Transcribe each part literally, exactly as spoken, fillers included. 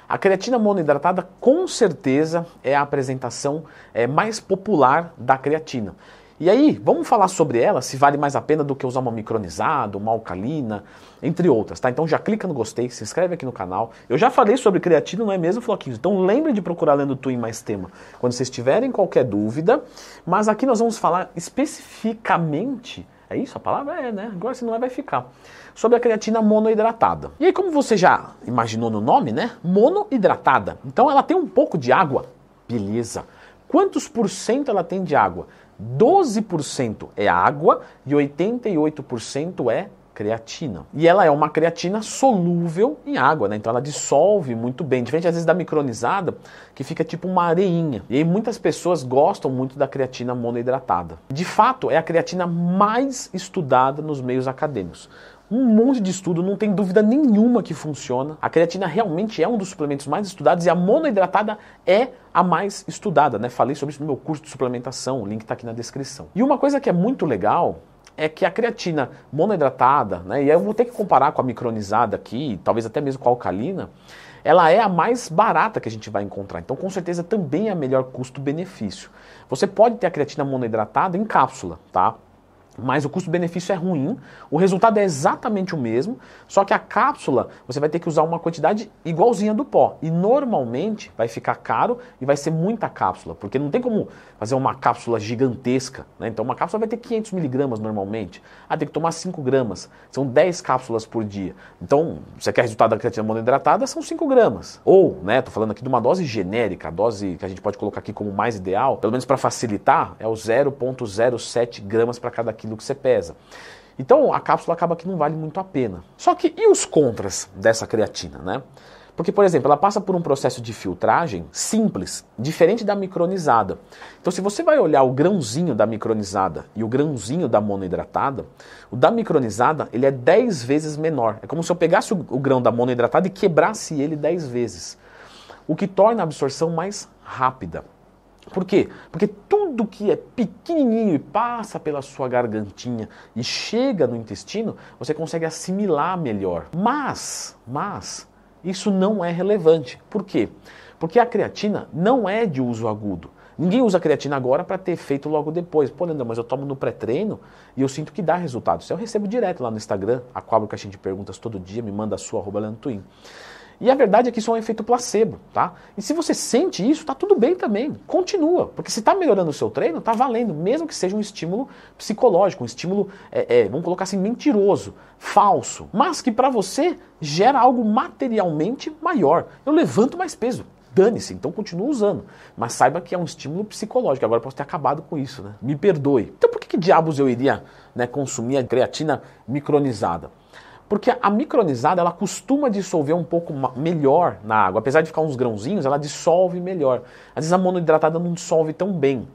A creatina monoidratada com certeza é a apresentação é, mais popular da creatina. E aí, vamos falar sobre ela, se vale mais a pena do que usar uma micronizada, uma alcalina, entre outras, tá? Então já clica no gostei, se inscreve aqui no canal. Eu já falei sobre creatina, não é mesmo, Floquinhos? Então lembre de procurar Leandro Twin mais tema quando vocês tiverem qualquer dúvida. Mas aqui nós vamos falar especificamente, é isso a palavra? É, né? Agora se não é, vai ficar. Sobre a creatina monoidratada. E aí, como você já imaginou no nome, né? Monoidratada. Então ela tem um pouco de água. Beleza. Quantos por cento ela tem de água? doze por cento é água e oitenta e oito por cento é creatina. E ela é uma creatina solúvel em água, né? Então ela dissolve muito bem, diferente às vezes da micronizada, que fica tipo uma areinha. E aí muitas pessoas gostam muito da creatina monoidratada. De fato, é a creatina mais estudada nos meios acadêmicos. Um monte de estudo, não tem dúvida nenhuma que funciona. A creatina realmente é um dos suplementos mais estudados e a monoidratada é a mais estudada, né? Falei sobre isso no meu curso de suplementação, o link está aqui na descrição. E uma coisa que é muito legal é que a creatina monoidratada, né, e eu vou ter que comparar com a micronizada aqui, talvez até mesmo com a alcalina, ela é a mais barata que a gente vai encontrar. Então, com certeza, também é a melhor custo-benefício. Você pode ter a creatina monoidratada em cápsula, tá? Mas o custo-benefício é ruim, o resultado é exatamente o mesmo, só que a cápsula você vai ter que usar uma quantidade igualzinha do pó. E normalmente vai ficar caro e vai ser muita cápsula, porque não tem como fazer uma cápsula gigantesca, né? Então uma cápsula vai ter quinhentos miligramas normalmente. Ah, tem que tomar cinco gramas, são dez cápsulas por dia. Então, você quer resultado da creatina monoidratada, são cinco gramas. Ou, né, tô falando aqui de uma dose genérica, a dose que a gente pode colocar aqui como mais ideal, pelo menos para facilitar, é o zero vírgula zero sete gramas para cada quilo que você pesa. Então a cápsula acaba que não vale muito a pena. Só que e os contras dessa creatina, né? Porque, por exemplo, ela passa por um processo de filtragem simples, diferente da micronizada. Então, se você vai olhar o grãozinho da micronizada e o grãozinho da monoidratada, o da micronizada ele é dez vezes menor. É como se eu pegasse o, o grão da monoidratada e quebrasse ele dez vezes, o que torna a absorção mais rápida. Por quê? Porque tudo que é pequenininho e passa pela sua gargantinha e chega no intestino, você consegue assimilar melhor. Mas, mas, isso não é relevante. Por quê? Porque a creatina não é de uso agudo. Ninguém usa creatina agora para ter efeito logo depois. Pô, Leandro, mas eu tomo no pré-treino e eu sinto que dá resultado. Isso eu recebo direto lá no Instagram, a cobro caixinha de perguntas todo dia, me manda a sua, arroba Leandro Twin. E a verdade é que isso é um efeito placebo, tá? E se você sente isso, tá tudo bem também. Continua, porque se tá melhorando o seu treino, tá valendo, mesmo que seja um estímulo psicológico, um estímulo, é, é, vamos colocar assim, mentiroso, falso, mas que para você gera algo materialmente maior. Eu levanto mais peso, dane-se, então continua usando. Mas saiba que é um estímulo psicológico, agora eu posso ter acabado com isso, né? Me perdoe. Então por que, que diabos eu iria, né, consumir a creatina micronizada? Porque a micronizada, ela costuma dissolver um pouco melhor na água. Apesar de ficar uns grãozinhos, ela dissolve melhor. Às vezes a monoidratada não dissolve tão bem.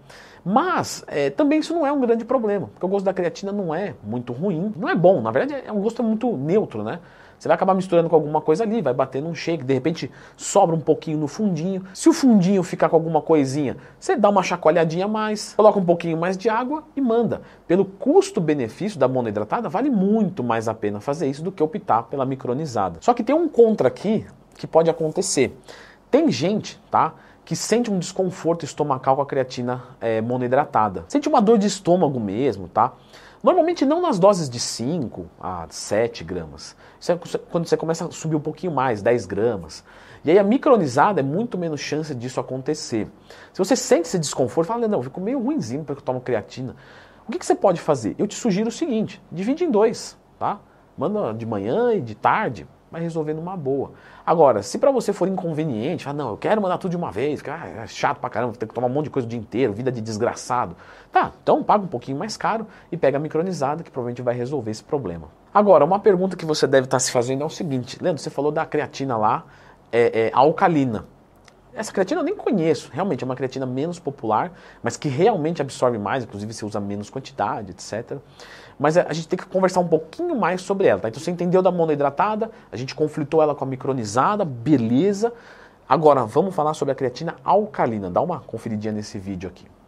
Mas é, também isso não é um grande problema, porque o gosto da creatina não é muito ruim. Não é bom, na verdade é um gosto muito neutro, né? Você vai acabar misturando com alguma coisa ali, vai bater num shake, de repente sobra um pouquinho no fundinho. Se o fundinho ficar com alguma coisinha, você dá uma chacoalhadinha a mais, coloca um pouquinho mais de água e manda. Pelo custo-benefício da monoidratada, vale muito mais a pena fazer isso do que optar pela micronizada. Só que tem um contra aqui que pode acontecer. Tem gente, tá, que sente um desconforto estomacal com a creatina é, monoidratada. Sente uma dor de estômago mesmo, tá? Normalmente não nas doses de cinco a sete gramas. Isso é quando você começa a subir um pouquinho mais, dez gramas. E aí a micronizada é muito menos chance disso acontecer. Se você sente esse desconforto, fala, não, eu fico meio ruinzinho porque eu tomo creatina. O que, que você pode fazer? Eu te sugiro o seguinte, divide em dois, tá? Manda de manhã e de tarde, vai resolver numa boa. Agora, se pra você for inconveniente, ah, não, eu quero mandar tudo de uma vez, ah, é chato pra caramba, tem que tomar um monte de coisa o dia inteiro, vida de desgraçado. Tá, então paga um pouquinho mais caro e pega a micronizada, que provavelmente vai resolver esse problema. Agora, uma pergunta que você deve estar se fazendo é o seguinte, Leandro, você falou da creatina lá, é, é, alcalina. Essa creatina eu nem conheço, realmente é uma creatina menos popular, mas que realmente absorve mais, inclusive você usa menos quantidade, etcétera. Mas a gente tem que conversar um pouquinho mais sobre ela, tá? Então você entendeu da monoidratada, a gente conflitou ela com a micronizada, beleza. Agora vamos falar sobre a creatina alcalina, dá uma conferidinha nesse vídeo aqui.